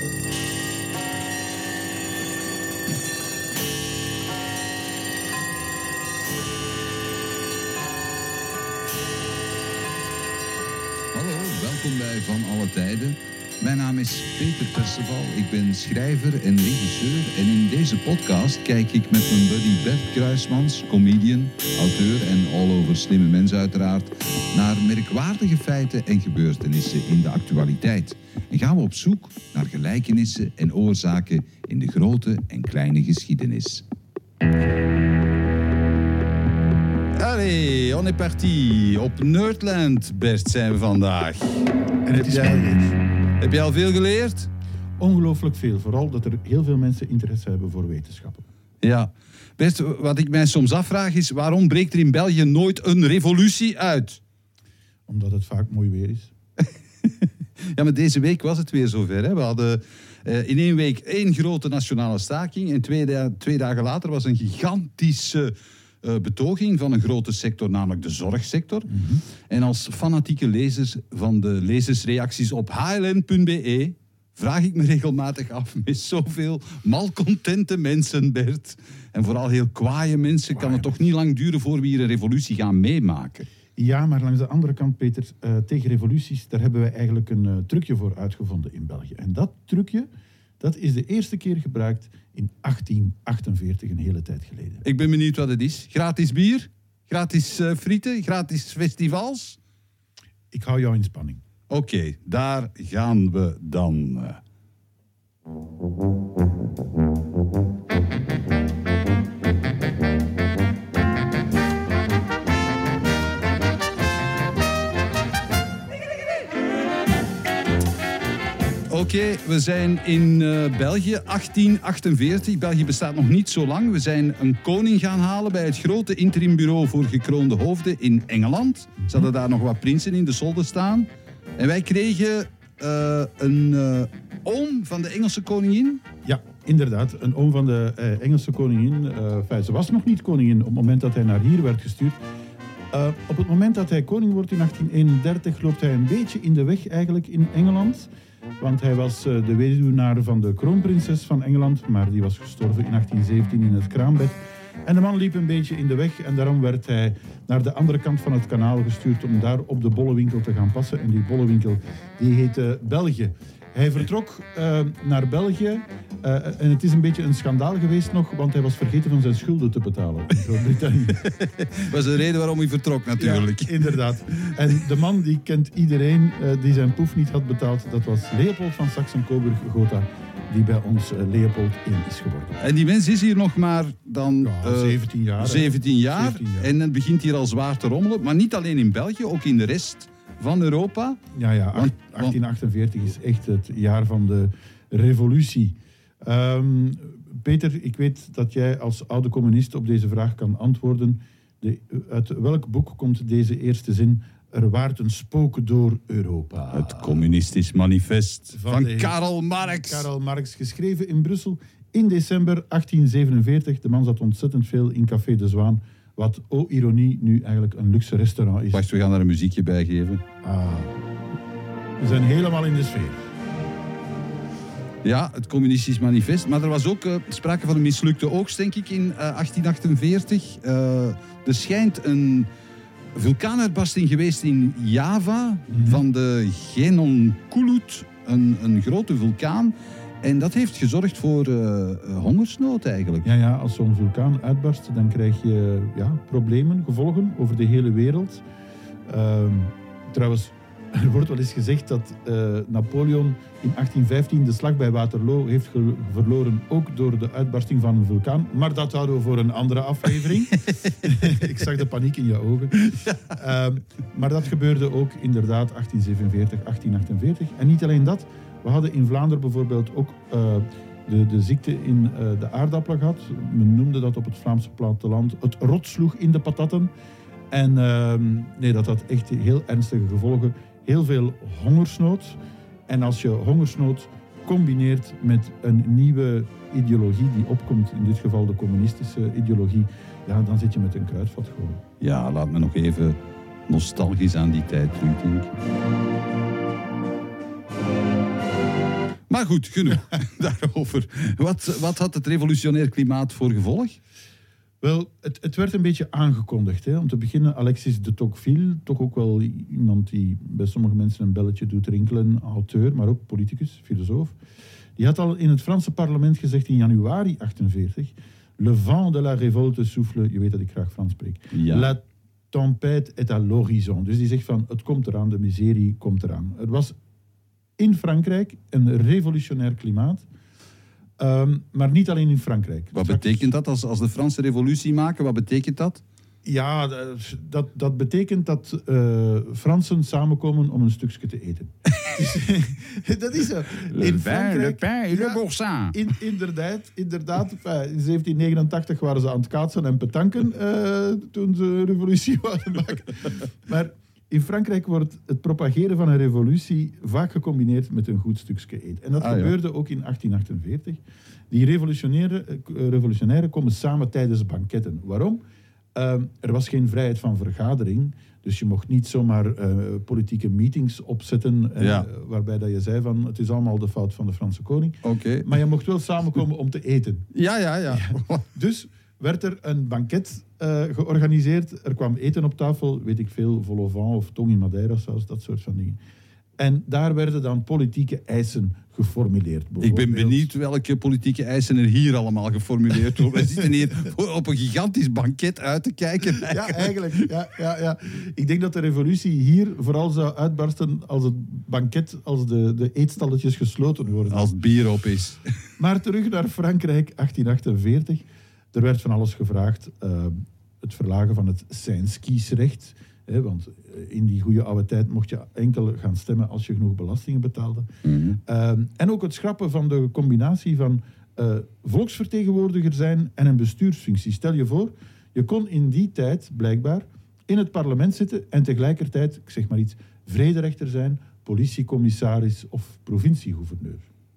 Hallo, welkom bij Van Alle Tijden. Mijn naam is Peter Perceval, ik ben schrijver en regisseur en in deze podcast kijk ik met mijn buddy Bert Kruismans, comedian, auteur en all-over slimme mens uiteraard, naar merkwaardige feiten en gebeurtenissen in de actualiteit. En gaan we op zoek naar gelijkenissen en oorzaken in de grote en kleine geschiedenis. Allee, on est parti. Op Nerdland, Bert, zijn we vandaag. En het is Heb je al veel geleerd? ongelooflijk veel. Vooral dat er heel veel mensen interesse hebben voor wetenschappen. Ja. Bert, wat ik mij soms afvraag is, waarom breekt er in België nooit een revolutie uit? Omdat het vaak mooi weer is. Ja, maar deze week was het weer zover. Hè? We hadden in 1 week 1 grote nationale staking en 2 dagen later was een gigantische betoging van een grote sector, namelijk de zorgsector. Mm-hmm. En als fanatieke lezers van de lezersreacties op hln.be vraag ik me regelmatig af met zoveel malcontente mensen, Bert, en vooral heel kwaaie mensen, kan het toch niet lang duren voor we hier een revolutie gaan meemaken? Ja, maar langs de andere kant, Peter, tegen revoluties, daar hebben wij eigenlijk een trucje voor uitgevonden in België. En dat trucje, dat is de eerste keer gebruikt in 1848, een hele tijd geleden. Ik ben benieuwd wat het is. Gratis bier? Gratis frieten? Gratis festivals? Ik hou jou in spanning. Oké, daar gaan we dan. Oké, we zijn in België, 1848. België bestaat nog niet zo lang. We zijn een koning gaan halen bij het grote interimbureau voor gekroonde hoofden in Engeland. Ze hadden daar nog wat prinsen in de solden staan. En wij kregen een oom van de Engelse koningin. Ja, inderdaad. Een oom van de Engelse koningin. Ze was nog niet koningin op het moment dat hij naar hier werd gestuurd. Op het moment dat hij koning wordt in 1831 loopt hij een beetje in de weg eigenlijk in Engeland. Want hij was de weduwnaar van de kroonprinses van Engeland, maar die was gestorven in 1817 in het kraambed. En de man liep een beetje in de weg en daarom werd hij naar de andere kant van het kanaal gestuurd om daar op de Bollewinkel te gaan passen. En die Bollewinkel, die heette België. Hij vertrok naar België en het is een beetje een schandaal geweest nog, want hij was vergeten van zijn schulden te betalen in Groot-Brittannië. Dat was de reden waarom hij vertrok natuurlijk. Ja, inderdaad. En de man die kent iedereen die zijn poef niet had betaald, dat was Leopold van Saxe-Coburg-Gotha, die bij ons Leopold I is geworden. En die mens is hier nog maar dan 17 jaar. 17 jaar. En het begint hier al zwaar te rommelen, maar niet alleen in België, ook in de rest van Europa. Ja, 1848 is echt het jaar van de revolutie. Peter, ik weet dat jij als oude communist op deze vraag kan antwoorden. Uit welk boek komt deze eerste zin? Er waart een spook door Europa. Het Communistisch Manifest van Karl Marx. Karl Marx, geschreven in Brussel in december 1847. De man zat ontzettend veel in Café de Zwaan. Wat, oh ironie, nu eigenlijk een luxe restaurant is. Wacht, we gaan daar een muziekje bij geven. We zijn helemaal in de sfeer. Ja, het Communistisch Manifest. Maar er was ook sprake van een mislukte oogst, denk ik, in 1848. Er schijnt een vulkaanuitbarsting geweest in Java van de Genonculud, een grote vulkaan. En dat heeft gezorgd voor hongersnood eigenlijk. Ja, als zo'n vulkaan uitbarst, dan krijg je problemen, gevolgen over de hele wereld. Trouwens, er wordt wel eens gezegd dat Napoleon in 1815 de slag bij Waterloo heeft verloren, ook door de uitbarsting van een vulkaan. Maar dat houden we voor een andere aflevering. Ik zag de paniek in je ogen. Maar dat gebeurde ook inderdaad 1847, 1848. En niet alleen dat. We hadden in Vlaanderen bijvoorbeeld ook de ziekte in de aardappelen gehad. Men noemde dat op het Vlaamse platteland het rot sloeg in de patatten. En dat had echt heel ernstige gevolgen. Heel veel hongersnood. En als je hongersnood combineert met een nieuwe ideologie die opkomt, in dit geval de communistische ideologie, dan zit je met een kruidvat gewoon. Ja, laat me nog even nostalgisch aan die tijd terugdenken. Maar goed, genoeg daarover. Wat had het revolutionair klimaat voor gevolg? Wel, het werd een beetje aangekondigd. Hè. Om te beginnen, Alexis de Tocqueville, toch ook wel iemand die bij sommige mensen een belletje doet rinkelen, auteur, maar ook politicus, filosoof. Die had al in het Franse parlement gezegd in januari 1948... Le vent de la révolte souffle, je weet dat ik graag Frans spreek. Ja. La tempête est à l'horizon. Dus die zegt van, het komt eraan, de miserie komt eraan. Het was in Frankrijk een revolutionair klimaat. Maar niet alleen in Frankrijk. Wat betekent dat als de Franse revolutie maken? Wat betekent dat? Ja, dat betekent dat Fransen samenkomen om een stukje te eten. Dat is zo. In Frankrijk, le pain et le boursin. Inderdaad. In 1789 waren ze aan het kaatsen en petanken toen ze een revolutie wilden maken. Maar in Frankrijk wordt het propageren van een revolutie vaak gecombineerd met een goed stukje eten. En dat gebeurde ook in 1848. Die revolutionairen komen samen tijdens banketten. Waarom? Er was geen vrijheid van vergadering, dus je mocht niet zomaar politieke meetings opzetten, waarbij dat je zei van het is allemaal de fout van de Franse koning. Okay. Maar je mocht wel samenkomen om te eten. Ja. Dus werd er een banket georganiseerd, er kwam eten op tafel, weet ik veel, vol au vent of tong in Madeira saus, dat soort van dingen. En daar werden dan politieke eisen geformuleerd. Ik ben benieuwd welke politieke eisen er hier allemaal geformuleerd worden. We zitten hier op een gigantisch banket uit te kijken. Ja, eigenlijk. Ja. Ik denk dat de revolutie hier vooral zou uitbarsten als het banket, als de eetstalletjes gesloten worden. Als het bier op is. Maar terug naar Frankrijk, 1848. Er werd van alles gevraagd. Het verlagen van het Seinskiesrecht. Want in die goede oude tijd mocht je enkel gaan stemmen als je genoeg belastingen betaalde. Mm-hmm. En ook het schrappen van de combinatie van volksvertegenwoordiger zijn en een bestuursfunctie. Stel je voor, je kon in die tijd blijkbaar in het parlement zitten en tegelijkertijd, ik zeg maar iets, vrederechter zijn, politiecommissaris of provinciegouverneur.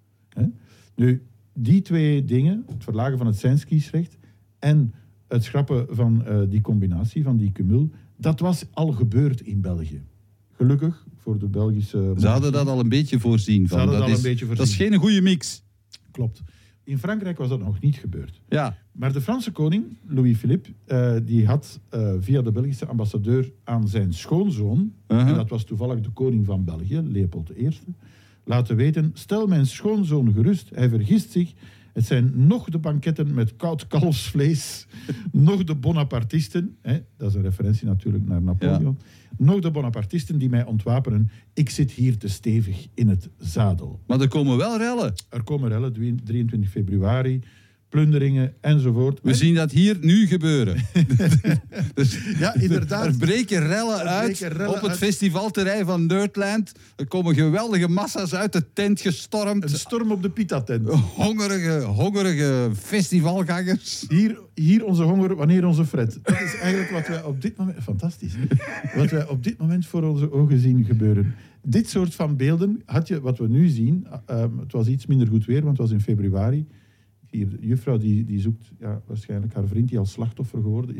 Nu, die twee dingen, het verlagen van het Seinskiesrecht en het schrappen van die combinatie, van die cumul, dat was al gebeurd in België. Gelukkig voor de Belgische... Ze hadden dat al een beetje voorzien. Dat is geen goede mix. Klopt. In Frankrijk was dat nog niet gebeurd. Ja. Maar de Franse koning, Louis-Philippe, die had via de Belgische ambassadeur aan zijn schoonzoon, en dat was toevallig de koning van België, Leopold I, laten weten, stel mijn schoonzoon gerust, hij vergist zich. Het zijn nog de banketten met koud kalfsvlees, nog de Bonapartisten, dat is een referentie natuurlijk naar Napoleon, nog de Bonapartisten die mij ontwapenen. Ik zit hier te stevig in het zadel. Maar er komen wel rellen. Er komen rellen, 23 februari, plunderingen enzovoort. We zien dat hier nu gebeuren. Dus ja, inderdaad. Er breken rellen uit op het festivalterrein van Nerdland. Er komen geweldige massa's uit de tent gestormd. Een storm op de pita-tent. Hongerige festivalgangers. Hier onze honger, wanneer onze fret. Dat is eigenlijk wat wij op dit moment... Fantastisch. Wat wij op dit moment voor onze ogen zien gebeuren. Dit soort van beelden had je, wat we nu zien... het was iets minder goed weer, want het was in februari... Hier, de juffrouw die zoekt waarschijnlijk haar vriend die al slachtoffer geworden is.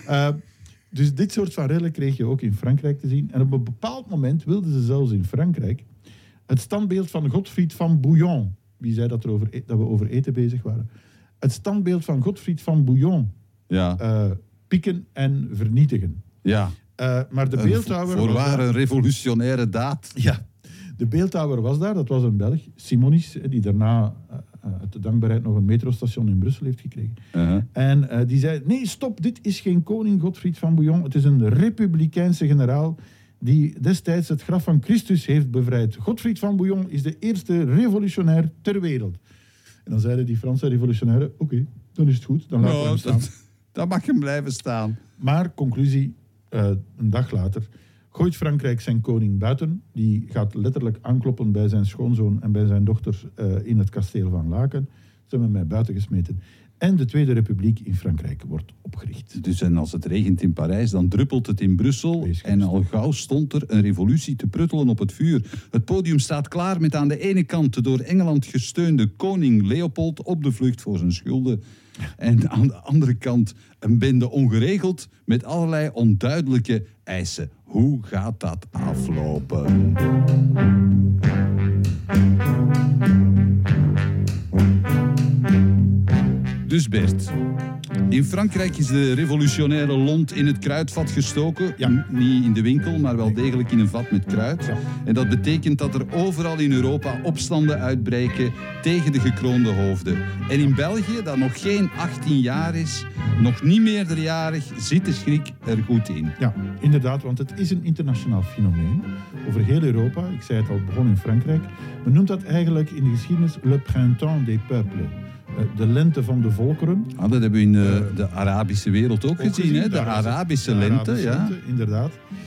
Dus dit soort van rellen kreeg je ook in Frankrijk te zien. En op een bepaald moment wilden ze zelfs in Frankrijk het standbeeld van Godfried van Bouillon. Wie zei dat we over eten bezig waren? Het standbeeld van Godfried van Bouillon pikken en vernietigen. Ja. Maar de beeldhouwer... Voorwaar een revolutionaire daad. Ja. De beeldhouwer was daar, dat was een Belg, Simonis, die daarna uit de dankbaarheid nog een metrostation in Brussel heeft gekregen. En die zei, nee, stop, dit is geen koning Godfried van Bouillon, het is een republikeinse generaal die destijds het graf van Christus heeft bevrijd. Godfried van Bouillon is de eerste revolutionair ter wereld. En dan zeiden die Franse revolutionairen, oké, dan is het goed, dan laten we hem staan. Dan mag hem blijven staan. Maar, conclusie, een dag later... gooit Frankrijk zijn koning buiten. Die gaat letterlijk aankloppen bij zijn schoonzoon en bij zijn dochter in het kasteel van Laken. Ze hebben mij buiten gesmeten. En de Tweede Republiek in Frankrijk wordt opgericht. Dus en als het regent in Parijs, dan druppelt het in Brussel. En al gauw stond er een revolutie te pruttelen op het vuur. Het podium staat klaar met aan de ene kant de door Engeland gesteunde koning Leopold op de vlucht voor zijn schulden. En aan de andere kant een bende ongeregeld met allerlei onduidelijke eisen. Hoe gaat dat aflopen? Dus Bert, in Frankrijk is de revolutionaire lont in het kruidvat gestoken. Ja. Niet in de winkel, maar wel degelijk in een vat met kruid. Ja. En dat betekent dat er overal in Europa opstanden uitbreken tegen de gekroonde hoofden. En in België, dat nog geen 18 jaar is, nog niet meerderjarig, zit de schrik er goed in. Ja, inderdaad, want het is een internationaal fenomeen. Over heel Europa, ik zei het al, het begon in Frankrijk. Men noemt dat eigenlijk in de geschiedenis le printemps des peuples. De lente van de volkeren. Ah, dat hebben we in de Arabische wereld ook gezien, hè? De Arabische lente, ja. Inderdaad.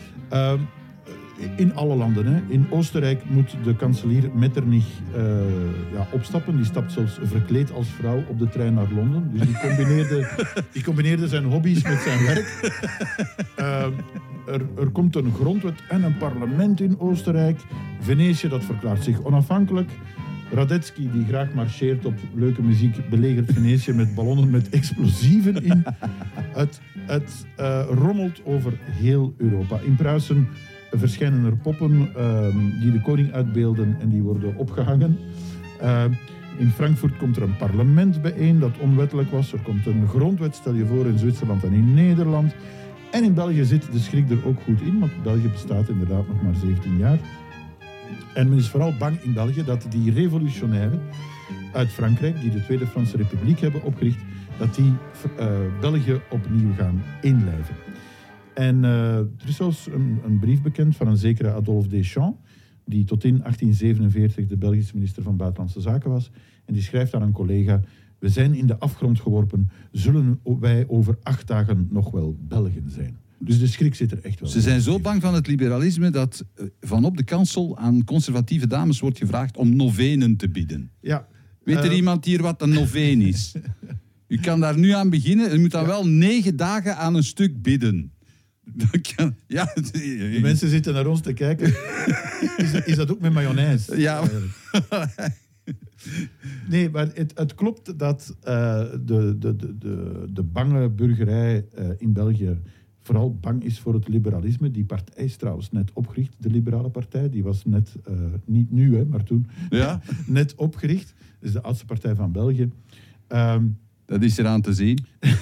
In alle landen. Hè. In Oostenrijk moet de kanselier Metternich opstappen. Die stapt zelfs verkleed als vrouw op de trein naar Londen. Dus die combineerde zijn hobby's met zijn werk. Er komt een grondwet en een parlement in Oostenrijk. Venetië, dat verklaart zich onafhankelijk. Radetzky, die graag marcheert op leuke muziek, belegert Venetië met ballonnen met explosieven in. Het rommelt over heel Europa. In Pruisen verschijnen er poppen die de koning uitbeelden en die worden opgehangen. In Frankfurt komt er een parlement bijeen dat onwettelijk was. Er komt een grondwet, stel je voor, in Zwitserland en in Nederland. En in België zit de schrik er ook goed in, want België bestaat inderdaad nog maar 17 jaar. En men is vooral bang in België dat die revolutionairen uit Frankrijk, die de Tweede Franse Republiek hebben opgericht, dat die België opnieuw gaan inlijven. En er is zelfs een brief bekend van een zekere Adolphe Deschamps, die tot in 1847 de Belgische minister van Buitenlandse Zaken was. En die schrijft aan een collega: we zijn in de afgrond geworpen, zullen wij over 8 dagen nog wel Belgen zijn. Dus de schrik zit er echt wel. Ze zijn zo bang van het liberalisme dat van op de kansel aan conservatieve dames wordt gevraagd om novenen te bidden. Ja. Weet er iemand hier wat een noveen is? U kan daar nu aan beginnen. U moet dan wel 9 dagen aan een stuk bidden. De mensen zitten naar ons te kijken. Is dat ook met mayonaise? Ja. Nee, maar het klopt dat de bange burgerij in België vooral bang is voor het liberalisme. Die partij is trouwens net opgericht, de Liberale Partij. Die was net, niet nu, hè, maar toen, net opgericht. Dat is de oudste partij van België. Dat is eraan te zien.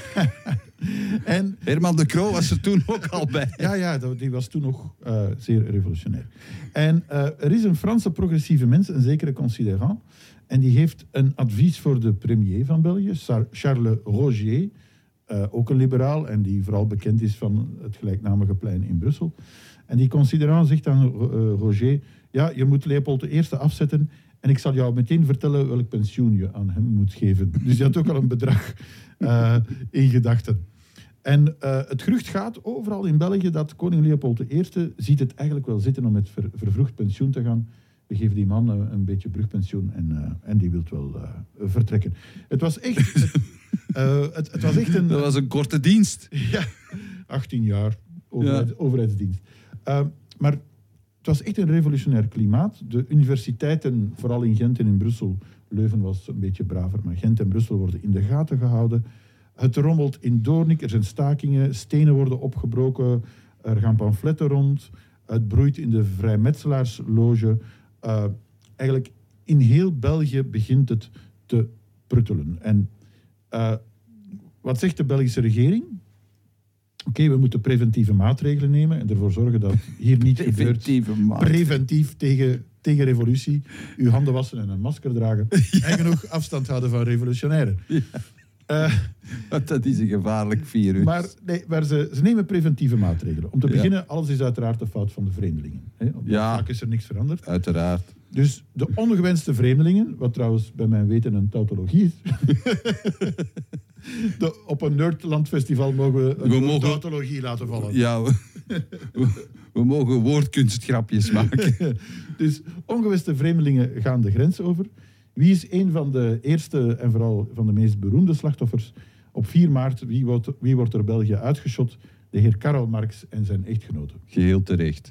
En Herman de Croo was er toen ook al bij. Ja, die was toen nog zeer revolutionair. En er is een Franse progressieve mens, een zekere Considérant, en die heeft een advies voor de premier van België, Charles Rogier, ook een liberaal en die vooral bekend is van het gelijknamige plein in Brussel. En die Considérant zegt aan Rogier: ja, je moet Leopold I afzetten en ik zal jou meteen vertellen welk pensioen je aan hem moet geven. Dus hij had ook al een bedrag in gedachten. En het gerucht gaat overal in België dat koning Leopold I ziet het eigenlijk wel zitten om met vervroegd pensioen te gaan. We geven die man een beetje brugpensioen en die wil wel vertrekken. Het was echt... het was echt een... Dat was een korte dienst. Ja, 18 jaar overheidsdienst. Maar het was echt een revolutionair klimaat. De universiteiten, vooral in Gent en in Brussel, Leuven was een beetje braver, maar Gent en Brussel worden in de gaten gehouden. Het rommelt in Doornik, er zijn stakingen, stenen worden opgebroken, er gaan pamfletten rond, het broeit in de vrijmetselaarsloge. Eigenlijk in heel België begint het te pruttelen. En wat zegt de Belgische regering? Oké, we moeten preventieve maatregelen nemen en ervoor zorgen dat hier niet gebeurt. Preventief tegen revolutie. Uw handen wassen en een masker dragen. Ja. En genoeg afstand houden van revolutionairen. Ja. Dat is een gevaarlijk virus. Maar ze nemen preventieve maatregelen. Om te beginnen, alles is uiteraard de fout van de vreemdelingen. Op dat vlak is er niks veranderd. Uiteraard. Dus de ongewenste vreemdelingen, wat trouwens bij mijn weten een tautologie is. Op een Nerdlandfestival mogen we een tautologie laten vallen. Ja, we mogen woordkunstgrapjes maken. Dus ongewenste vreemdelingen gaan de grens over. Wie is een van de eerste en vooral van de meest beroemde slachtoffers? Op 4 maart, wie wordt er België uitgeschot? De heer Karl Marx en zijn echtgenote. Geheel terecht.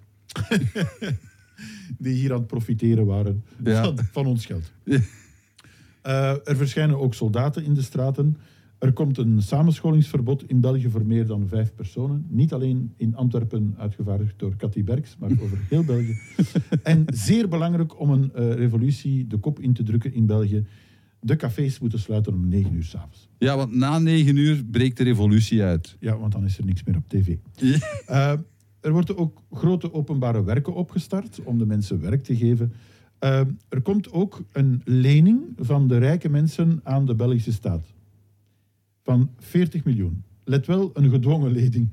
Die hier aan het profiteren waren van ons geld. Ja. Er verschijnen ook soldaten in de straten. Er komt een samenscholingsverbod in België voor meer dan 5 personen. Niet alleen in Antwerpen uitgevaardigd door Cathy Berks, maar over heel België. En zeer belangrijk om een revolutie de kop in te drukken in België. De cafés moeten sluiten om 9 uur 's avonds. Ja, want na 9 uur breekt de revolutie uit. Ja, want dan is er niks meer op tv. Er worden ook grote openbare werken opgestart om de mensen werk te geven. Er komt ook een lening van de rijke mensen aan de Belgische staat. Van 40 miljoen. Let wel, een gedwongen lening.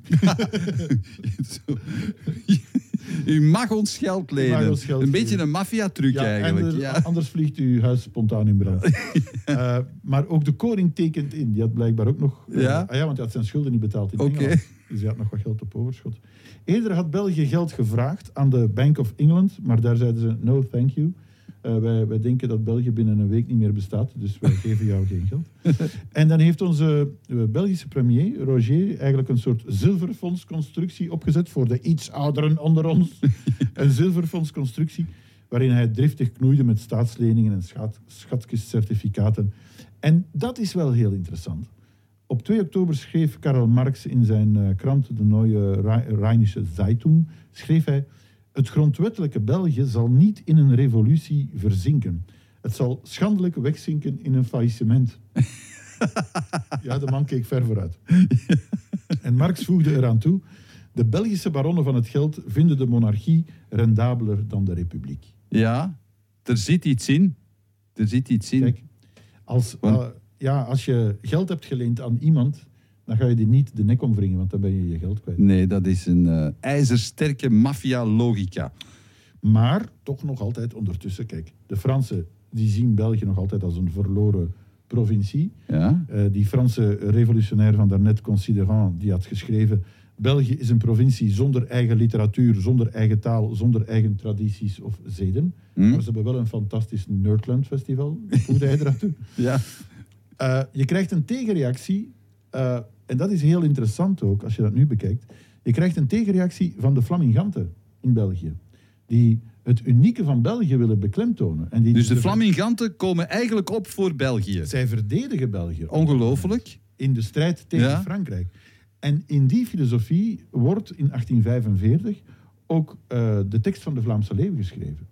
U mag ons geld lenen. Een beetje een maffiatruc eigenlijk. Anders vliegt uw huis spontaan in brand. Maar ook de koning tekent in. Die had blijkbaar ook nog... want hij had zijn schulden niet betaald in Engeland. Dus hij had nog wat geld op overschot. Eerder had België geld gevraagd aan de Bank of England, maar daar zeiden ze no thank you. Wij denken dat België binnen een week niet meer bestaat, dus wij geven jou geen geld. En dan heeft onze Belgische premier, Roger, eigenlijk een soort zilverfondsconstructie opgezet voor de iets ouderen onder ons. Een zilverfondsconstructie waarin hij driftig knoeide met staatsleningen en schatkistcertificaten. En dat is wel heel interessant. Op 2 oktober schreef Karl Marx in zijn krant, de Neue Rheinische Zeitung, schreef hij: het grondwettelijke België zal niet in een revolutie verzinken. Het zal schandelijk wegzinken in een faillissement. Ja, de man keek ver vooruit. En Marx voegde eraan toe: de Belgische baronnen van het geld vinden de monarchie rendabeler dan de republiek. Ja, er zit iets in. Kijk, als je geld hebt geleend aan iemand, dan ga je die niet de nek omwringen, want dan ben je je geld kwijt. Nee, dat is een ijzersterke maffia-logica. Maar toch nog altijd ondertussen, kijk, de Fransen die zien België nog altijd als een verloren provincie. Ja? Die Franse revolutionair van daarnet, Considerant, die had geschreven: België is een provincie zonder eigen literatuur, zonder eigen taal, zonder eigen tradities of zeden. Maar ze hebben wel een fantastisch Nerdland Festival. Hoe hij eraan toe? Ja. Je krijgt een tegenreactie, en dat is heel interessant ook, als je dat nu bekijkt. Je krijgt een tegenreactie van de Flaminganten in België, die het unieke van België willen beklemtonen. En dus de Flaminganten komen eigenlijk op voor België. Zij verdedigen België. Ongelooflijk. In de strijd tegen Frankrijk. En in die filosofie wordt in 1845 ook de tekst van de Vlaamse Leeuw geschreven.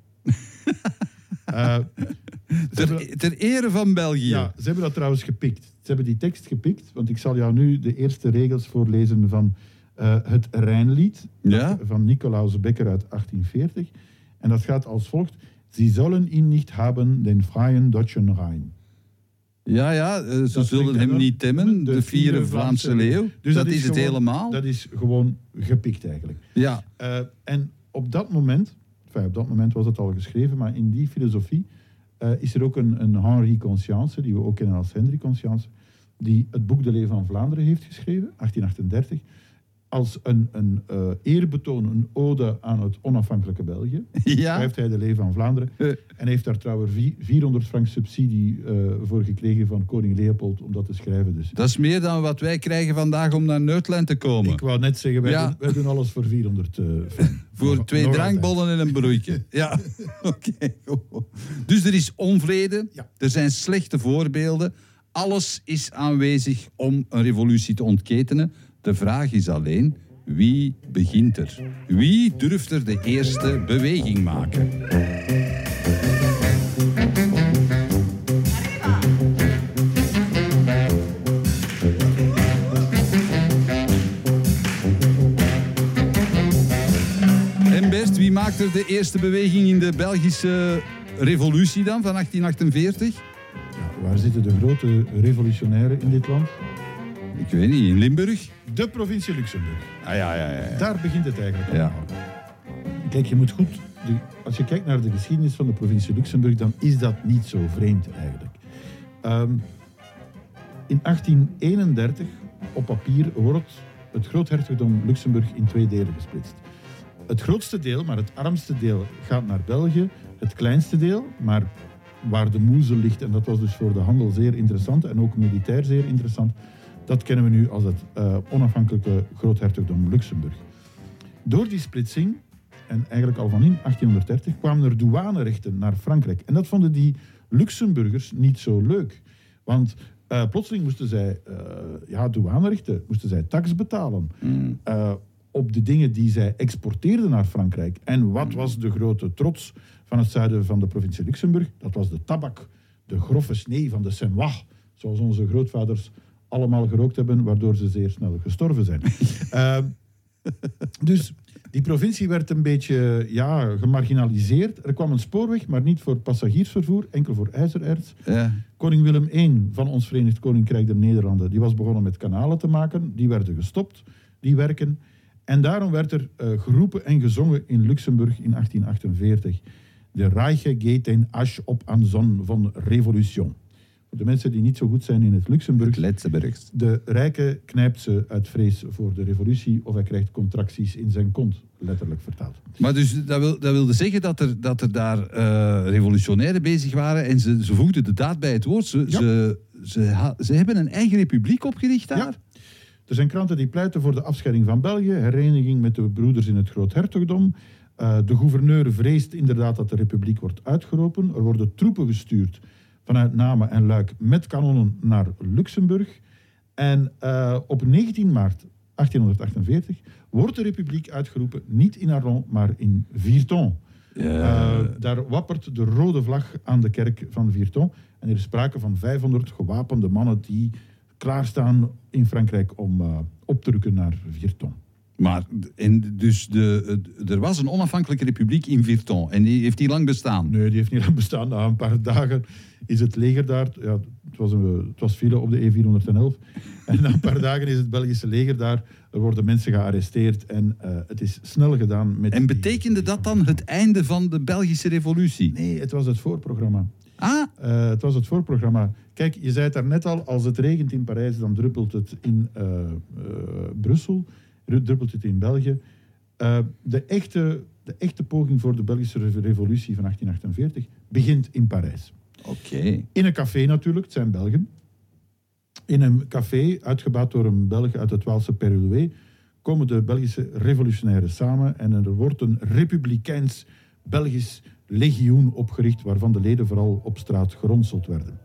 Ter ere van België. Ja, ze hebben dat trouwens gepikt. Ze hebben die tekst gepikt, want ik zal jou nu de eerste regels voorlezen van het Rijnlied van Nicolaus Becker uit 1840. En dat gaat als volgt: Sie sollen ihn nicht haben, den freien deutschen Rhein. Ze zullen hem niet temmen, de fiere Vlaamse leeuw. Dus dat is het gewoon, helemaal. Dat is gewoon gepikt eigenlijk. Ja. En op dat moment was het al geschreven, maar in die filosofie is er ook een Henri Conscience, die we ook kennen als Henri Conscience, die het boek De Leeuw van Vlaanderen heeft geschreven, 1838, als een eerbetoon, een ode aan het onafhankelijke België. Schrijft hij De Leeuw van Vlaanderen. En heeft daar trouwens 400 frank subsidie voor gekregen van koning Leopold om dat te schrijven. Dus. Dat is meer dan wat wij krijgen vandaag om naar Nerdland te komen. Ik wou net zeggen, wij doen alles voor 400 frank. Voor 2 drankbollen en een broeitje. Ja, oké. Dus er is onvrede, er zijn slechte voorbeelden. Alles is aanwezig om een revolutie te ontketenen. De vraag is alleen, wie begint er? Wie durft er de eerste beweging maken? En Bert, wie maakt er de eerste beweging in de Belgische revolutie dan, van 1848? Ja, waar zitten de grote revolutionairen in dit land? Ik weet niet, in Limburg? De provincie Luxemburg. Ja. Daar begint het eigenlijk allemaal. Kijk, je moet goed... Als je kijkt naar de geschiedenis van de provincie Luxemburg, dan is dat niet zo vreemd eigenlijk. In 1831, op papier, wordt het groothertogdom Luxemburg in 2 delen gesplitst. Het grootste deel, maar het armste deel, gaat naar België. Het kleinste deel, maar waar de moezel ligt, en dat was dus voor de handel zeer interessant en ook militair zeer interessant, dat kennen we nu als het onafhankelijke groothertogdom Luxemburg. Door die splitsing, en eigenlijk al van in 1830, kwamen er douanerechten naar Frankrijk. En dat vonden die Luxemburgers niet zo leuk. Want Plotseling moesten zij douanerechten, moesten zij tax betalen op de dingen die zij exporteerden naar Frankrijk. En wat was de grote trots van het zuiden van de provincie Luxemburg? Dat was de tabak, de grove snee van de Senois, zoals onze grootvaders allemaal gerookt hebben, waardoor ze zeer snel gestorven zijn. Dus die provincie werd een beetje gemarginaliseerd. Er kwam een spoorweg, maar niet voor passagiersvervoer, enkel voor ijzererts. Ja. Koning Willem I van ons Verenigd Koninkrijk der Nederlanden, die was begonnen met kanalen te maken. Die werden gestopt, die werken. En daarom werd er geroepen en gezongen in Luxemburg in 1848. De Reiche geht den Asch op aan zon van Revolution. Voor de mensen die niet zo goed zijn in het Luxemburg. Letzeburgs. De rijke knijpt ze uit vrees voor de revolutie of hij krijgt contracties in zijn kont, letterlijk vertaald. Maar dus dat wilde zeggen dat er daar revolutionairen bezig waren en ze voegden de daad bij het woord. Ze hebben een eigen republiek opgericht daar? Ja. Er zijn kranten die pleiten voor de afscheiding van België, hereniging met de broeders in het groothertogdom. De gouverneur vreest inderdaad dat de republiek wordt uitgeroepen. Er worden troepen gestuurd vanuit Namen en Luik met kanonnen naar Luxemburg. En op 19 maart 1848 wordt de republiek uitgeroepen, niet in Arlon, maar in Virton. Daar wappert de rode vlag aan de kerk van Virton. En er is sprake van 500 gewapende mannen die klaarstaan in Frankrijk om op te rukken naar Virton. Maar dus er was een onafhankelijke republiek in Virton. En heeft die lang bestaan? Nee, die heeft niet lang bestaan. Na een paar dagen is het leger daar. Ja, het was file op de E411. En na een paar dagen is het Belgische leger daar. Er worden mensen gearresteerd. En het is snel gedaan met... En betekende dat dan het einde van de Belgische revolutie? Nee, het was het voorprogramma. Ah? Het was het voorprogramma. Kijk, je zei het daarnet al. Als het regent in Parijs, dan druppelt het in Brussel. Druppelt het in België. De echte poging voor de Belgische revolutie van 1848 begint in Parijs. Oké. In een café natuurlijk, het zijn Belgen. In een café, uitgebaat door een Belg uit het Waalse Perouet, komen de Belgische revolutionairen samen en er wordt een republikeins-Belgisch legioen opgericht, waarvan de leden vooral op straat geronseld werden.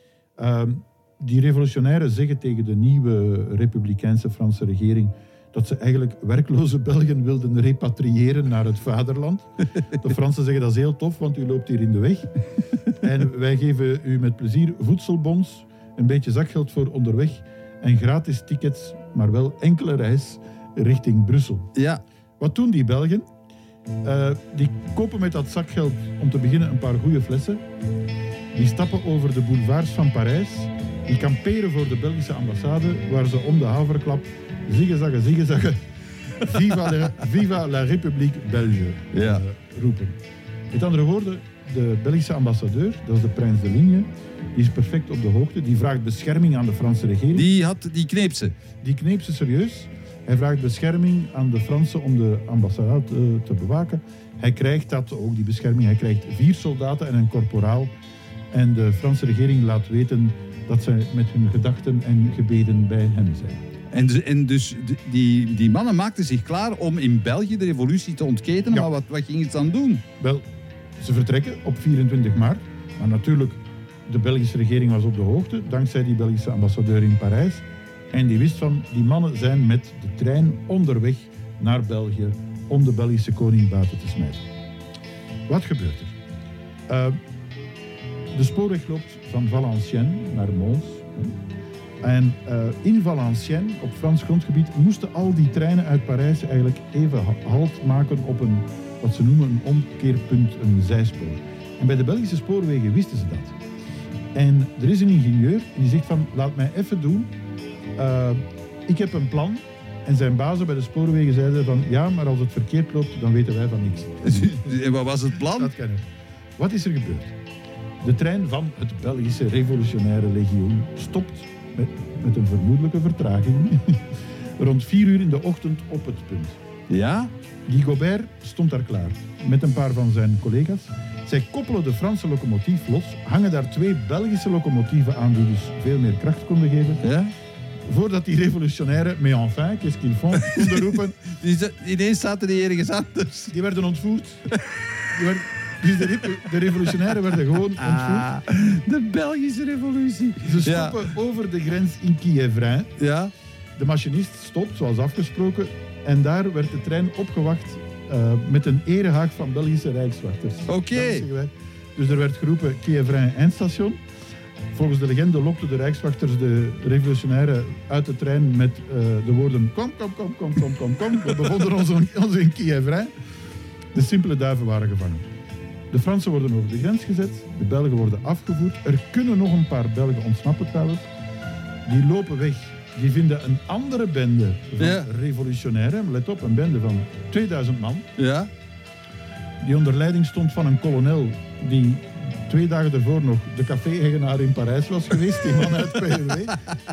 Die revolutionairen zeggen tegen de nieuwe republikeinse Franse regering dat ze eigenlijk werkloze Belgen wilden repatriëren naar het vaderland. De Fransen zeggen dat is heel tof, want u loopt hier in de weg. En wij geven u met plezier voedselbons, een beetje zakgeld voor onderweg en gratis tickets, maar wel enkele reis richting Brussel. Ja. Wat doen die Belgen? Die kopen met dat zakgeld om te beginnen een paar goede flessen. Die stappen over de boulevards van Parijs. Die kamperen voor de Belgische ambassade, waar ze om de haverklap zigezaggen, viva la République Belge roepen. Met andere woorden, de Belgische ambassadeur, dat is de prins de Ligne, die is perfect op de hoogte. Die vraagt bescherming aan de Franse regering. Die kneep ze? Die kneep ze serieus. Hij vraagt bescherming aan de Fransen om de ambassade te bewaken. Hij krijgt dat, ook die bescherming. Hij krijgt 4 soldaten en een korporaal. En de Franse regering laat weten dat zij met hun gedachten en gebeden bij hem zijn. En dus die mannen maakten zich klaar om in België de revolutie te ontketenen. Ja. Maar wat gingen ze dan doen? Wel, ze vertrekken op 24 maart. Maar natuurlijk, de Belgische regering was op de hoogte, dankzij die Belgische ambassadeur in Parijs. En die wist van, die mannen zijn met de trein onderweg naar België om de Belgische koning buiten te smijten. Wat gebeurt er? De spoorweg loopt van Valenciennes naar Mons. En in Valenciennes, op Frans grondgebied, moesten al die treinen uit Parijs eigenlijk even halt maken op een, wat ze noemen, een omkeerpunt, een zijspoor. En bij de Belgische spoorwegen wisten ze dat. En er is een ingenieur die zegt van, laat mij even doen. Ik heb een plan. En zijn bazen bij de spoorwegen zeiden van, ja, maar als het verkeerd loopt, dan weten wij van niks. En wat was het plan? Dat kan er. Wat is er gebeurd? De trein van het Belgische revolutionaire legioen stopt met een vermoedelijke vertraging rond 4 uur in de ochtend op het punt. Ja? Guy Gobert stond daar klaar met een paar van zijn collega's. Zij koppelen de Franse locomotief los, hangen daar 2 Belgische locomotieven aan die dus veel meer kracht konden geven. Ja? Voordat die revolutionairen, mais enfin, qu'est-ce qu'ils font, konden roepen. Ineens zaten die ergens anders. Die werden ontvoerd. Dus de revolutionairen werden gewoon ontvoerd. De Belgische revolutie. Ze stoppen over de grens in Kiev-Rijn. Ja. De machinist stopt, zoals afgesproken. En daar werd de trein opgewacht met een erehaag van Belgische rijkswachters. Oké. Dat zeggen wij. Dus er werd geroepen Kiev-Rijn eindstation. Volgens de legende lokten de rijkswachters de revolutionairen uit de trein met de woorden kom. We bevonden ons in Kiev-Rijn. De simpele duiven waren gevangen. De Fransen worden over de grens gezet. De Belgen worden afgevoerd. Er kunnen nog een paar Belgen ontsnappen trouwens. Die lopen weg. Die vinden een andere bende van revolutionairen. Let op, een bende van 2000 man. Ja. Die onder leiding stond van een kolonel die 2 dagen ervoor nog de café-eigenaar in Parijs was geweest. Die man uit PNW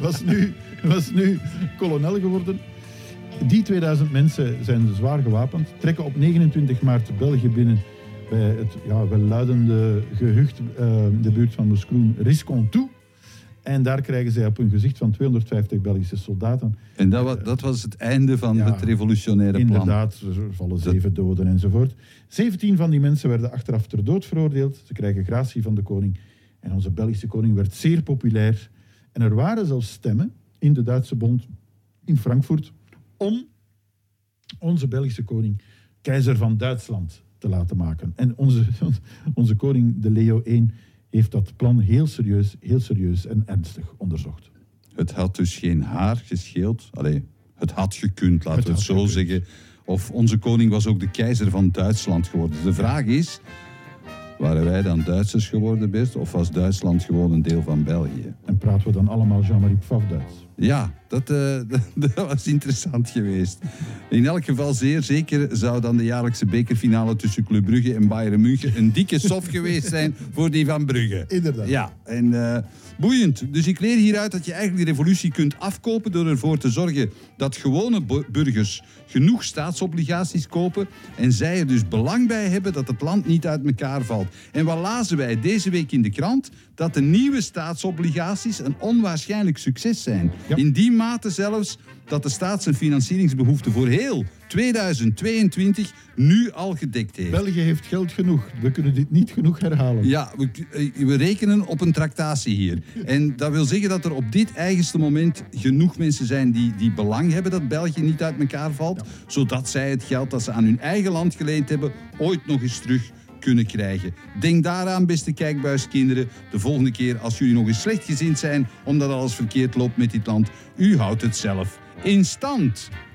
was nu kolonel geworden. Die 2000 mensen zijn zwaar gewapend. Trekken op 29 maart België binnen bij het welluidende gehucht, de buurt van Moeskroen, Riscontou. En daar krijgen zij op hun gezicht van 250 Belgische soldaten. En dat was het einde van het revolutionaire plan. Inderdaad, er vallen 7 doden enzovoort. 17 van die mensen werden achteraf ter dood veroordeeld. Ze krijgen gratie van de koning. En onze Belgische koning werd zeer populair. En er waren zelfs stemmen in de Duitse Bond in Frankfurt om onze Belgische koning keizer van Duitsland te laten maken. En onze koning, de Leo I, heeft dat plan heel serieus en ernstig onderzocht. Het had dus geen haar gescheeld. Allee, het had gekund, laten we het zo zeggen. Of onze koning was ook de keizer van Duitsland geworden. De vraag is, waren wij dan Duitsers geworden best? Of was Duitsland gewoon een deel van België? En praten we dan allemaal Jean-Marie Pfaff-Duits? Ja, dat was interessant geweest. In elk geval zeer zeker zou dan de jaarlijkse bekerfinale tussen Club Brugge en Bayern München een dikke sof geweest zijn voor die van Brugge. Inderdaad. Ja, en boeiend. Dus ik leer hieruit dat je eigenlijk die revolutie kunt afkopen door ervoor te zorgen dat gewone burgers genoeg staatsobligaties kopen en zij er dus belang bij hebben dat het land niet uit elkaar valt. En wat lazen wij deze week in de krant? Dat de nieuwe staatsobligaties een onwaarschijnlijk succes zijn. Ja. In die mate zelfs dat de staat zijn financieringsbehoeften voor heel 2022 nu al gedekt heeft. België heeft geld genoeg. We kunnen dit niet genoeg herhalen. Ja, we rekenen op een tractatie hier. En dat wil zeggen dat er op dit eigenste moment genoeg mensen zijn die belang hebben dat België niet uit elkaar valt, zodat zij het geld dat ze aan hun eigen land geleend hebben ooit nog eens terug kunnen krijgen. Denk daaraan, beste kijkbuiskinderen, de volgende keer als jullie nog eens slechtgezind zijn omdat alles verkeerd loopt met dit land. U houdt het zelf in stand.